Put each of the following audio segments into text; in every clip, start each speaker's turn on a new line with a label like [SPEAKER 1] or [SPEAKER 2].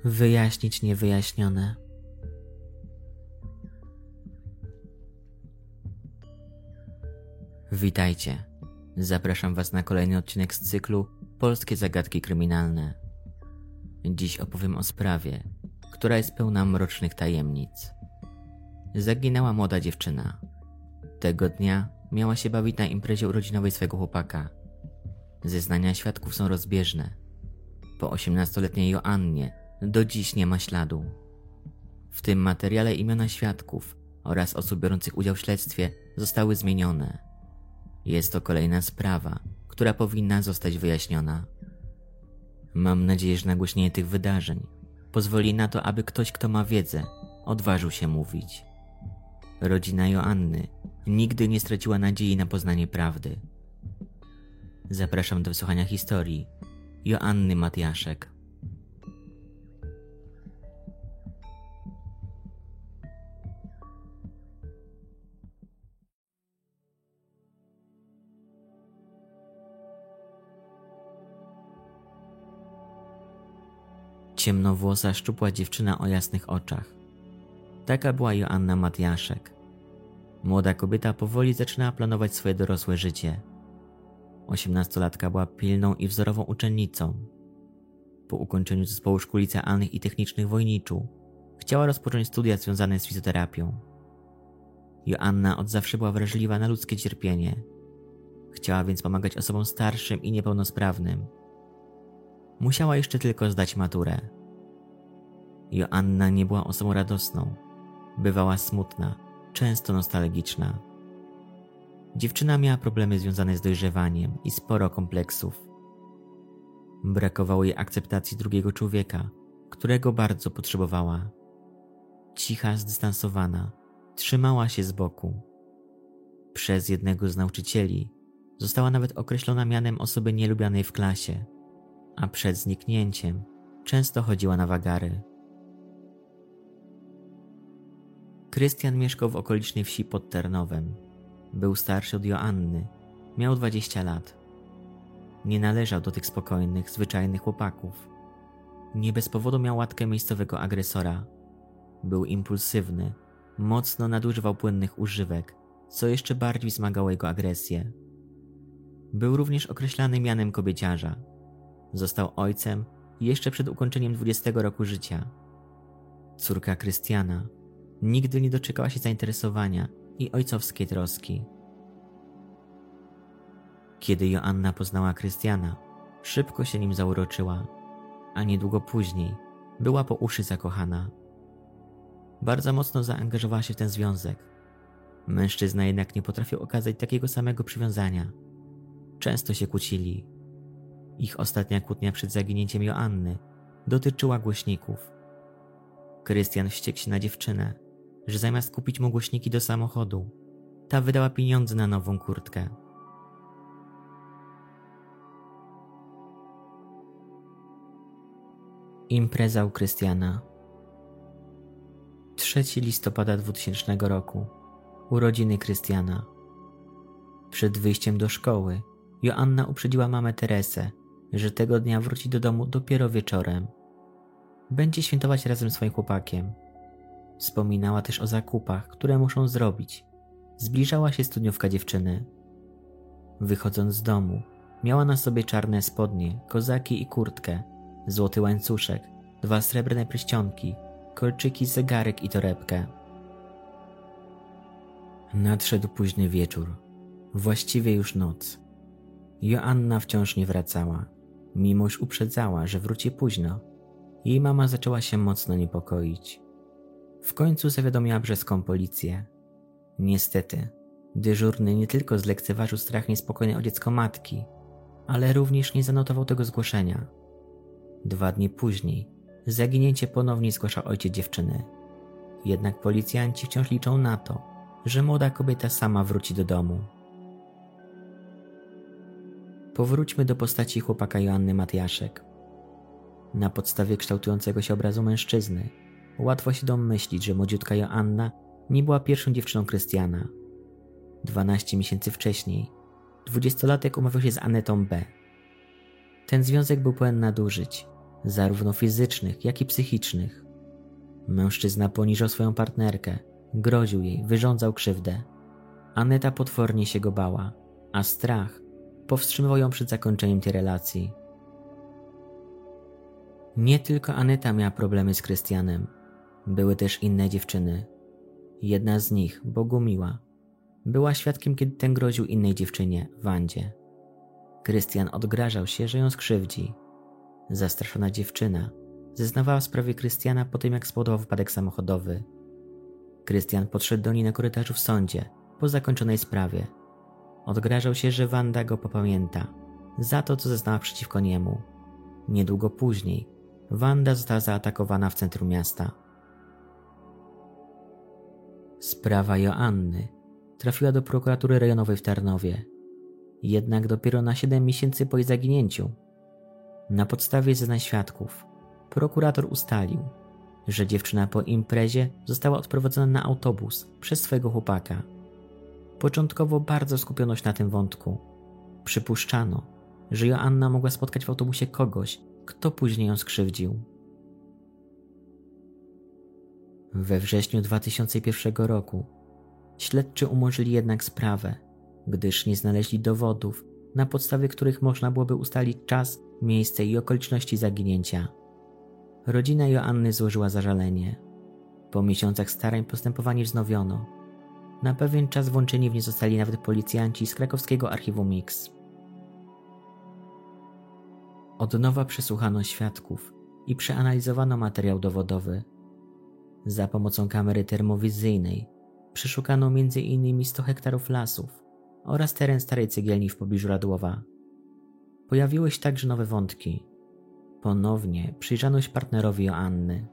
[SPEAKER 1] Wyjaśnić niewyjaśnione. Witajcie. Zapraszam Was na kolejny odcinek z cyklu Polskie zagadki kryminalne. Dziś opowiem o sprawie, która jest pełna mrocznych tajemnic. Zaginęła młoda dziewczyna. Tego dnia miała się bawić na imprezie urodzinowej swego chłopaka. Zeznania świadków są rozbieżne. Po 18-letniej Joannie do dziś nie ma śladu. W tym materiale imiona świadków oraz osób biorących udział w śledztwie zostały zmienione. Jest to kolejna sprawa, która powinna zostać wyjaśniona. Mam nadzieję, że nagłośnienie tych wydarzeń pozwoli na to, aby ktoś, kto ma wiedzę, odważył się mówić. Rodzina Joanny nigdy nie straciła nadziei na poznanie prawdy. Zapraszam do wysłuchania historii Joanny Matiaszek. Ciemnowłosa, szczupła dziewczyna o jasnych oczach. Taka była Joanna Matiaszek. Młoda kobieta powoli zaczynała planować swoje dorosłe życie. 18-latka była pilną i wzorową uczennicą. Po ukończeniu zespołu szkół licealnych i technicznych w Wojniczu chciała rozpocząć studia związane z fizjoterapią. Joanna od zawsze była wrażliwa na ludzkie cierpienie. Chciała więc pomagać osobom starszym i niepełnosprawnym. Musiała jeszcze tylko zdać maturę. Joanna nie była osobą radosną. Bywała smutna, często nostalgiczna. Dziewczyna miała problemy związane z dojrzewaniem i sporo kompleksów. Brakowało jej akceptacji drugiego człowieka, którego bardzo potrzebowała. Cicha, zdystansowana, trzymała się z boku. Przez jednego z nauczycieli została nawet określona mianem osoby nielubianej w klasie, a przed zniknięciem często chodziła na wagary. Krystian mieszkał w okolicznej wsi pod Tarnowem. Był starszy od Joanny, miał 20 lat. Nie należał do tych spokojnych, zwyczajnych chłopaków. Nie bez powodu miał łatkę miejscowego agresora. Był impulsywny, mocno nadużywał płynnych używek, co jeszcze bardziej wzmagało jego agresję. Był również określany mianem kobieciarza. Został ojcem jeszcze przed ukończeniem 20 roku życia. Córka Krystiana nigdy nie doczekała się zainteresowania i ojcowskiej troski. Kiedy Joanna poznała Krystiana, szybko się nim zauroczyła, a niedługo później była po uszy zakochana. Bardzo mocno zaangażowała się w ten związek. Mężczyzna jednak nie potrafił okazać takiego samego przywiązania. Często się kłócili. Ich ostatnia kłótnia przed zaginięciem Joanny dotyczyła głośników. Krystian wściekł się na dziewczynę, że zamiast kupić mu głośniki do samochodu, ta wydała pieniądze na nową kurtkę. Impreza u Krystiana. 3 listopada 2000 roku. Urodziny Krystiana. Przed wyjściem do szkoły Joanna uprzedziła mamę Teresę, że tego dnia wróci do domu dopiero wieczorem. Będzie świętować razem z swoim chłopakiem. Wspominała też o zakupach, które muszą zrobić. Zbliżała się studniówka dziewczyny. Wychodząc z domu, miała na sobie czarne spodnie, kozaki i kurtkę, złoty łańcuszek, 2 srebrne pierścionki, kolczyki, zegarek i torebkę. Nadszedł późny wieczór, właściwie już noc. Joanna wciąż nie wracała, mimo iż uprzedzała, że wróci późno. Jej mama zaczęła się mocno niepokoić. W końcu zawiadomiła brzeską policję. Niestety, dyżurny nie tylko zlekceważył strach niespokojny o dziecko matki, ale również nie zanotował tego zgłoszenia. 2 dni później zaginięcie ponownie zgłasza ojciec dziewczyny. Jednak policjanci wciąż liczą na to, że młoda kobieta sama wróci do domu. Powróćmy do postaci chłopaka Joanny Matiaszek. Na podstawie kształtującego się obrazu mężczyzny łatwo się domyślić, że młodziutka Joanna nie była pierwszą dziewczyną Krystiana. 12 miesięcy wcześniej 20-latek umawiał się z Anetą B. Ten związek był pełen nadużyć. zarówno fizycznych, jak i psychicznych. Mężczyzna poniżał swoją partnerkę, groził jej, wyrządzał krzywdę. Aneta potwornie się go bała, a strach powstrzymywał ją przed zakończeniem tej relacji. Nie tylko Aneta miała problemy z Krystianem. Były też inne dziewczyny. Jedna z nich, Bogumiła, była świadkiem, kiedy ten groził innej dziewczynie, Wandzie. Krystian odgrażał się, że ją skrzywdzi. Zastraszona dziewczyna zeznawała w sprawie Krystiana po tym, jak spowodował wypadek samochodowy. Krystian podszedł do niej na korytarzu w sądzie po zakończonej sprawie. Odgrażał się, że Wanda go popamięta za to, co zeznała przeciwko niemu. Niedługo później Wanda została zaatakowana w centrum miasta. Sprawa Joanny trafiła do prokuratury rejonowej w Tarnowie. Jednak dopiero na 7 miesięcy po jej zaginięciu. Na podstawie zeznań świadków prokurator ustalił, że dziewczyna po imprezie została odprowadzona na autobus przez swojego chłopaka. Początkowo bardzo skupiono się na tym wątku. Przypuszczano, że Joanna mogła spotkać w autobusie kogoś, kto później ją skrzywdził. We wrześniu 2001 roku śledczy umorzyli jednak sprawę, gdyż nie znaleźli dowodów, na podstawie których można byłoby ustalić czas, miejsce i okoliczności zaginięcia. Rodzina Joanny złożyła zażalenie. Po miesiącach starań postępowanie wznowiono. Na pewien czas włączeni w nie zostali nawet policjanci z krakowskiego archiwum Mix. Od nowa przesłuchano świadków i przeanalizowano materiał dowodowy. Za pomocą kamery termowizyjnej przeszukano m.in. 100 hektarów lasów oraz teren starej cegielni w pobliżu Radłowa. Pojawiły się także nowe wątki. Ponownie przyjrzano się partnerowi Joanny.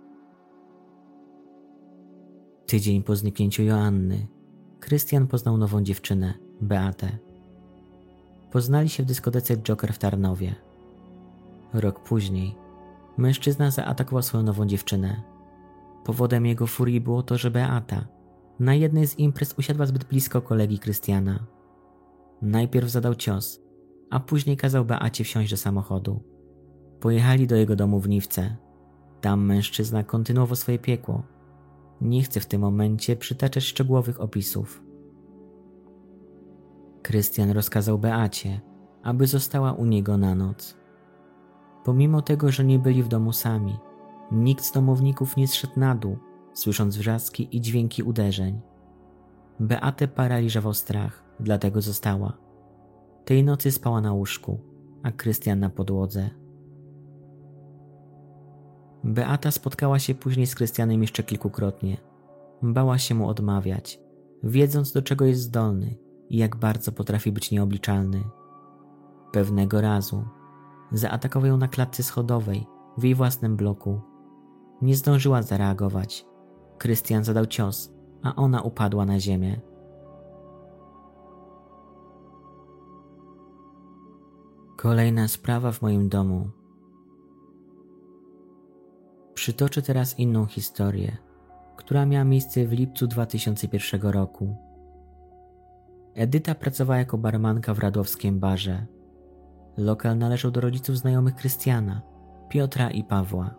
[SPEAKER 1] Tydzień po zniknięciu Joanny Krystian poznał nową dziewczynę, Beatę. Poznali się w dyskotece Joker w Tarnowie. Rok później mężczyzna zaatakował swoją nową dziewczynę. Powodem jego furii było to, że Beata na jednej z imprez usiadła zbyt blisko kolegi Krystiana. Najpierw zadał cios, a później kazał Beacie wsiąść do samochodu. Pojechali do jego domu w Niwce. Tam mężczyzna kontynuował swoje piekło. Nie chcę w tym momencie przytaczać szczegółowych opisów. Krystian rozkazał Beacie, aby została u niego na noc. Pomimo tego, że nie byli w domu sami, nikt z domowników nie zszedł na dół, słysząc wrzaski i dźwięki uderzeń. Beatę paraliżował strach, dlatego została. Tej nocy spała na łóżku, a Krystian na podłodze. Beata spotkała się później z Krystianem jeszcze kilkukrotnie. Bała się mu odmawiać, wiedząc, do czego jest zdolny i jak bardzo potrafi być nieobliczalny. Pewnego razu zaatakował ją na klatce schodowej w jej własnym bloku. Nie zdążyła zareagować. Krystian zadał cios, a ona upadła na ziemię. Kolejna sprawa w moim domu. Przytoczę teraz inną historię, która miała miejsce w lipcu 2001 roku. Edyta pracowała jako barmanka w radłowskim barze. Lokal należał do rodziców znajomych Krystiana, Piotra i Pawła.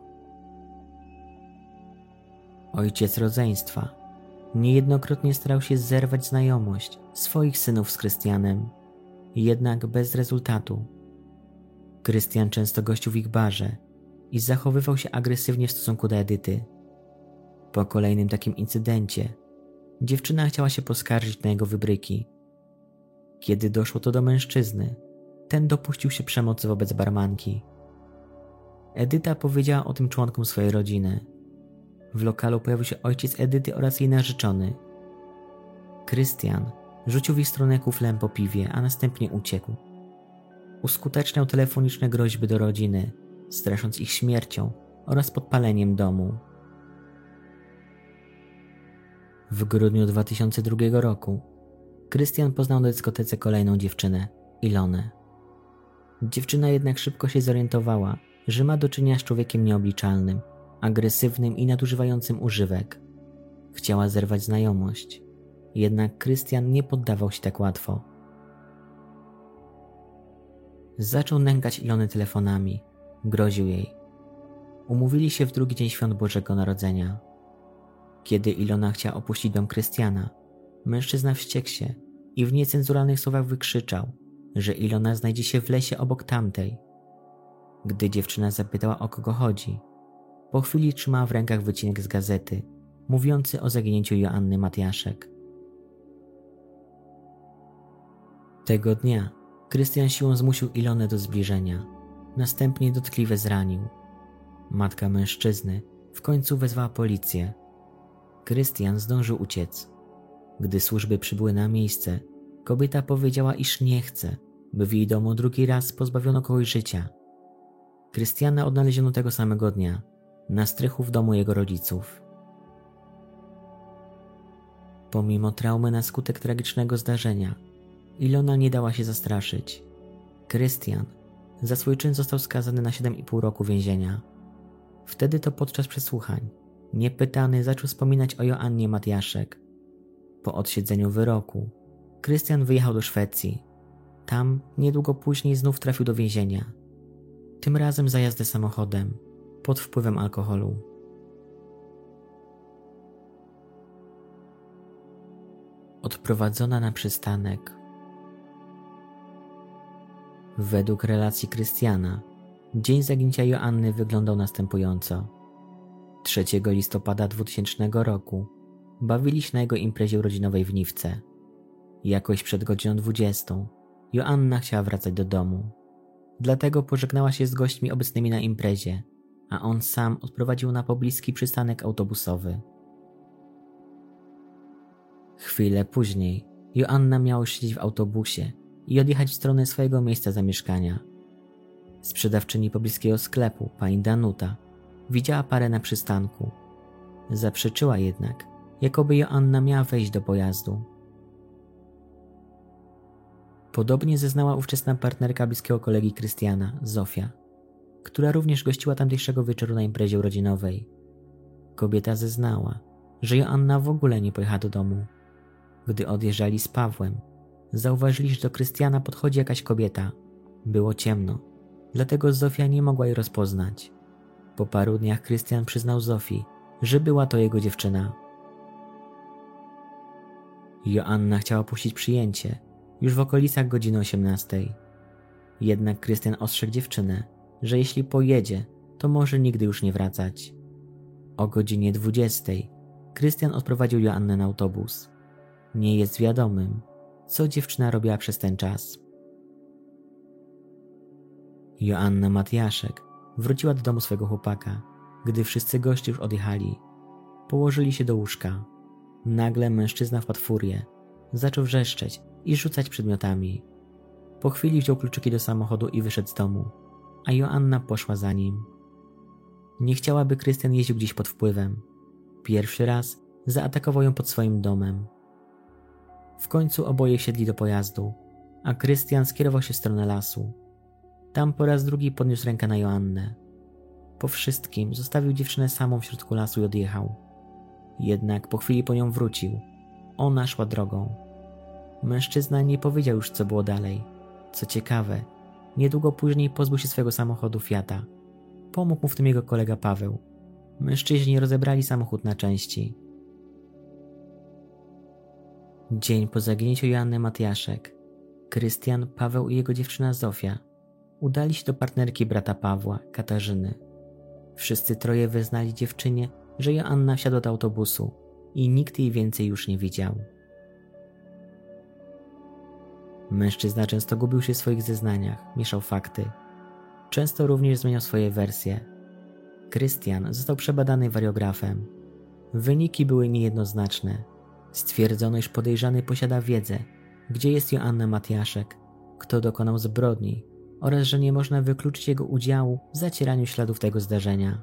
[SPEAKER 1] Ojciec rodzeństwa niejednokrotnie starał się zerwać znajomość swoich synów z Krystianem, jednak bez rezultatu. Krystian często gościł w ich barze i zachowywał się agresywnie w stosunku do Edyty. Po kolejnym takim incydencie dziewczyna chciała się poskarżyć na jego wybryki. Kiedy doszło to do mężczyzny, ten dopuścił się przemocy wobec barmanki. Edyta powiedziała o tym członkom swojej rodziny. W lokalu pojawił się ojciec Edyty oraz jej narzeczony. Krystian rzucił w ich stronę kuflem po piwie, a następnie uciekł. Uskuteczniał telefoniczne groźby do rodziny, strasząc ich śmiercią oraz podpaleniem domu. W grudniu 2002 roku Krystian poznał na dyskotece kolejną dziewczynę, Ilonę. Dziewczyna jednak szybko się zorientowała, że ma do czynienia z człowiekiem nieobliczalnym, agresywnym i nadużywającym używek. Chciała zerwać znajomość, jednak Krystian nie poddawał się tak łatwo. Zaczął nękać Ilonę telefonami, groził jej, Umówili się w drugi dzień świąt Bożego Narodzenia. Kiedy Ilona chciała opuścić dom Krystiana, mężczyzna wściekł się i w niecenzuralnych słowach wykrzyczał, że Ilona znajdzie się w lesie obok tamtej. Gdy dziewczyna zapytała, o kogo chodzi, po chwili trzymała w rękach wycinek z gazety mówiący o zaginięciu Joanny Matiaszek. Tego dnia Krystian siłą zmusił Ilonę do zbliżenia, następnie dotkliwie zranił. Matka mężczyzny w końcu wezwała policję. Krystian zdążył uciec. Gdy służby przybyły na miejsce, kobieta powiedziała, iż nie chce, by w jej domu drugi raz pozbawiono kogoś życia. Krystiana odnaleziono tego samego dnia, na strychu w domu jego rodziców. Pomimo traumy na skutek tragicznego zdarzenia, Ilona nie dała się zastraszyć. Krystian za swój czyn został skazany na 7,5 roku więzienia. Wtedy to podczas przesłuchań, niepytany, zaczął wspominać o Joannie Matiaszek. Po odsiedzeniu wyroku, Krystian wyjechał do Szwecji. Tam niedługo później znów trafił do więzienia. Tym razem za jazdę samochodem, pod wpływem alkoholu. Odprowadzona na przystanek. Według relacji Krystiana, dzień zaginięcia Joanny wyglądał następująco. 3 listopada 2000 roku bawili się na jego imprezie urodzinowej w Niwce. Jakoś przed godziną 20 Joanna chciała wracać do domu. Dlatego pożegnała się z gośćmi obecnymi na imprezie, a on sam odprowadził na pobliski przystanek autobusowy. Chwilę później Joanna miała siedzieć w autobusie i odjechać w stronę swojego miejsca zamieszkania. Sprzedawczyni pobliskiego sklepu, pani Danuta, widziała parę na przystanku. Zaprzeczyła jednak, jakoby Joanna miała wejść do pojazdu. Podobnie zeznała ówczesna partnerka bliskiego kolegi Krystiana, Zofia, która również gościła tamtejszego wieczoru na imprezie urodzinowej. Kobieta zeznała, że Joanna w ogóle nie pojechała do domu. Gdy odjeżdżali z Pawłem, zauważyli, że do Krystiana podchodzi jakaś kobieta. Było ciemno, dlatego Zofia nie mogła jej rozpoznać. Po paru dniach Krystian przyznał Zofii, że była to jego dziewczyna. Joanna chciała opuścić przyjęcie już w okolicach godziny 18. Jednak Krystian ostrzegł dziewczynę, że jeśli pojedzie, to może nigdy już nie wracać. O godzinie 20 Krystian odprowadził Joannę na autobus. Nie jest wiadomym, co dziewczyna robiła przez ten czas. Joanna Matiaszek wróciła do domu swego chłopaka, gdy wszyscy goście już odjechali. Położyli się do łóżka. Nagle mężczyzna wpadł w furię. Zaczął wrzeszczeć i rzucać przedmiotami. Po chwili wziął kluczyki do samochodu i wyszedł z domu, a Joanna poszła za nim. Nie chciała, by Krystian jeździł gdzieś pod wpływem. Pierwszy raz zaatakował ją pod swoim domem. W końcu oboje wsiedli do pojazdu, a Krystian skierował się w stronę lasu. Tam po raz drugi podniósł rękę na Joannę. Po wszystkim zostawił dziewczynę samą w środku lasu i odjechał. Jednak po chwili po nią wrócił. Ona szła drogą. Mężczyzna nie powiedział już, co było dalej. Co ciekawe, niedługo później pozbył się swojego samochodu Fiata. Pomógł mu w tym jego kolega Paweł. Mężczyźni rozebrali samochód na części. Dzień po zaginięciu Joanny Matiaszek, Krystian, Paweł i jego dziewczyna Zofia udali się do partnerki brata Pawła, Katarzyny. Wszyscy troje wyznali dziewczynie, że Joanna wsiadła do autobusu i nikt jej więcej już nie widział. Mężczyzna często gubił się w swoich zeznaniach, mieszał fakty. Często również zmieniał swoje wersje. Krystian został przebadany wariografem. Wyniki były niejednoznaczne. Stwierdzono, iż podejrzany posiada wiedzę, gdzie jest Joanna Matiaszek, kto dokonał zbrodni oraz że nie można wykluczyć jego udziału w zacieraniu śladów tego zdarzenia.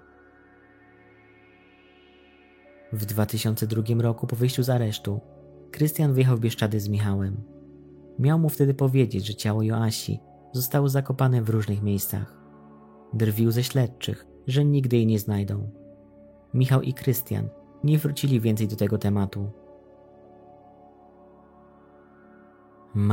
[SPEAKER 1] W 2002 roku po wyjściu z aresztu Krystian wyjechał w Bieszczady z Michałem. Miał mu wtedy powiedzieć, że ciało Joasi zostało zakopane w różnych miejscach. Drwił ze śledczych, że nigdy jej nie znajdą. Michał i Krystian nie wrócili więcej do tego tematu.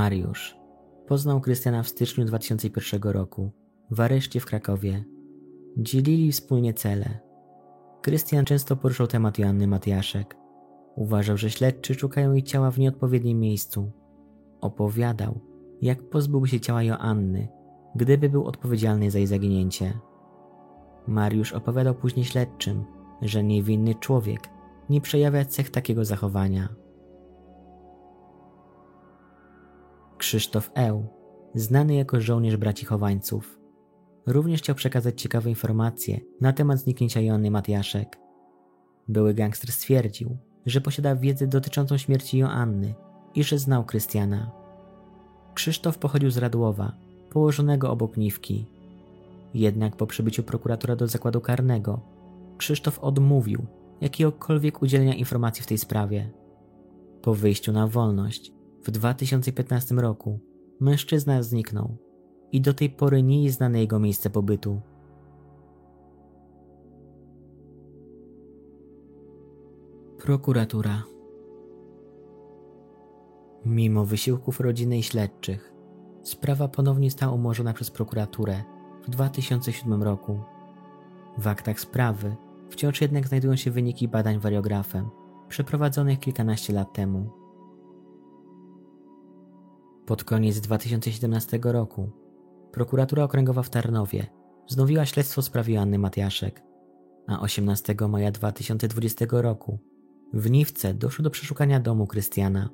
[SPEAKER 1] Mariusz poznał Krystiana w styczniu 2001 roku w areszcie w Krakowie. Dzielili wspólnie cele. Krystian często poruszał temat Joanny Matyjaszek. Uważał, że śledczy szukają jej ciała w nieodpowiednim miejscu. Opowiadał, jak pozbyłby się ciała Joanny, gdyby był odpowiedzialny za jej zaginięcie. Mariusz opowiadał później śledczym, że niewinny człowiek nie przejawia cech takiego zachowania. Krzysztof Eł, znany jako żołnierz braci Chowańców, również chciał przekazać ciekawe informacje na temat zniknięcia Joanny Matyjaszek. Były gangster stwierdził, że posiada wiedzę dotyczącą śmierci Joanny i że znał Krystiana. Krzysztof pochodził z Radłowa, położonego obok Niwki. Jednak po przybyciu prokuratora do zakładu karnego, Krzysztof odmówił jakiegokolwiek udzielenia informacji w tej sprawie. Po wyjściu na wolność w 2015 roku mężczyzna zniknął i do tej pory nie jest znane jego miejsce pobytu. Prokuratura. Mimo wysiłków rodziny i śledczych, sprawa ponownie została umorzona przez prokuraturę w 2007 roku. W aktach sprawy wciąż jednak znajdują się wyniki badań wariografem przeprowadzonych kilkanaście lat temu. Pod koniec 2017 roku prokuratura okręgowa w Tarnowie wznowiła śledztwo w sprawie Joanny Matyjaszek, a 18 maja 2020 roku w Niwce doszło do przeszukania domu Krystiana.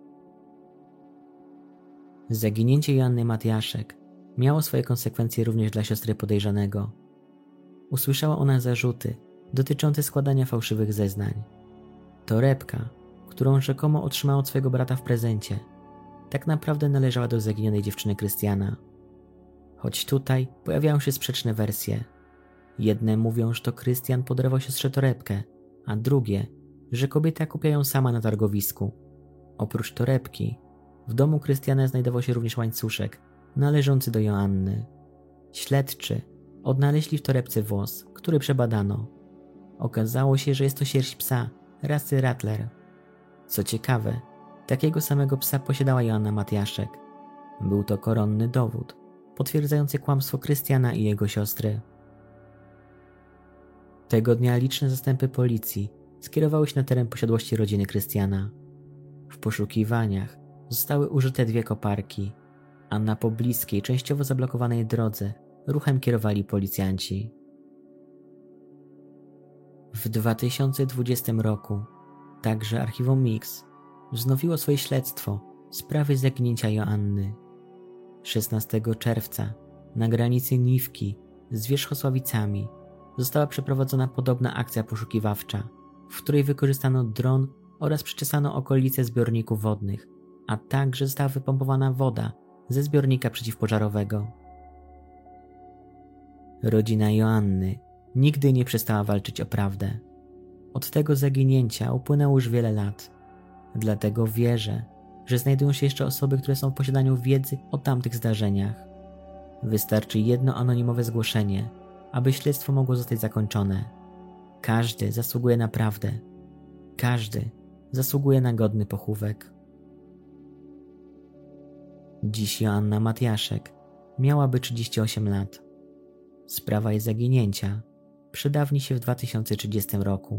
[SPEAKER 1] Zaginięcie Joanny Matyjaszek miało swoje konsekwencje również dla siostry podejrzanego. Usłyszała ona zarzuty dotyczące składania fałszywych zeznań. Torebka, którą rzekomo otrzymała od swojego brata w prezencie, tak naprawdę należała do zaginionej dziewczyny Krystiana. Choć tutaj pojawiają się sprzeczne wersje. Jedne mówią, że to Krystian podarował siostrze torebkę, a drugie, że kobieta kupiła ją sama na targowisku. Oprócz torebki, w domu Krystiana znajdował się również łańcuszek należący do Joanny. Śledczy odnaleźli w torebce włos, który przebadano. Okazało się, że jest to sierść psa rasy Rattler. Co ciekawe, takiego samego psa posiadała Joanna Matyjaszek. Był to koronny dowód potwierdzający kłamstwo Krystiana i jego siostry. Tego dnia liczne zastępy policji skierowały się na teren posiadłości rodziny Krystiana. W poszukiwaniach zostały użyte 2 koparki, a na pobliskiej, częściowo zablokowanej drodze ruchem kierowali policjanci. W 2020 roku także archiwum Mix wznowiło swoje śledztwo w sprawie zaginięcia Joanny. 16 czerwca na granicy Niwki z Wierzchosławicami została przeprowadzona podobna akcja poszukiwawcza, w której wykorzystano dron oraz przeczesano okolice zbiorników wodnych, a także została wypompowana woda ze zbiornika przeciwpożarowego. Rodzina Joanny nigdy nie przestała walczyć o prawdę. Od tego zaginięcia upłynęło już wiele lat. Dlatego wierzę, że znajdują się jeszcze osoby, które są w posiadaniu wiedzy o tamtych zdarzeniach. Wystarczy jedno anonimowe zgłoszenie, aby śledztwo mogło zostać zakończone. Każdy zasługuje na prawdę. Każdy zasługuje na godny pochówek. Dziś Joanna Matyjaszek miałaby 38 lat. Sprawa jej zaginięcia przedawni się w 2030 roku.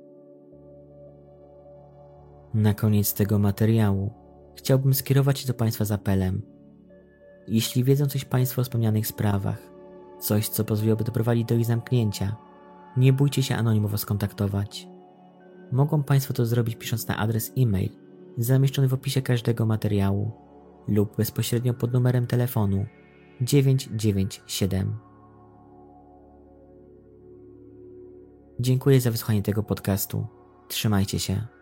[SPEAKER 1] Na koniec tego materiału chciałbym skierować się do Państwa z apelem. Jeśli wiedzą coś Państwo o wspomnianych sprawach, coś co pozwoliłoby doprowadzić do ich zamknięcia, nie bójcie się anonimowo skontaktować. Mogą Państwo to zrobić pisząc na adres e-mail zamieszczony w opisie każdego materiału lub bezpośrednio pod numerem telefonu 997. Dziękuję za wysłuchanie tego podcastu. Trzymajcie się.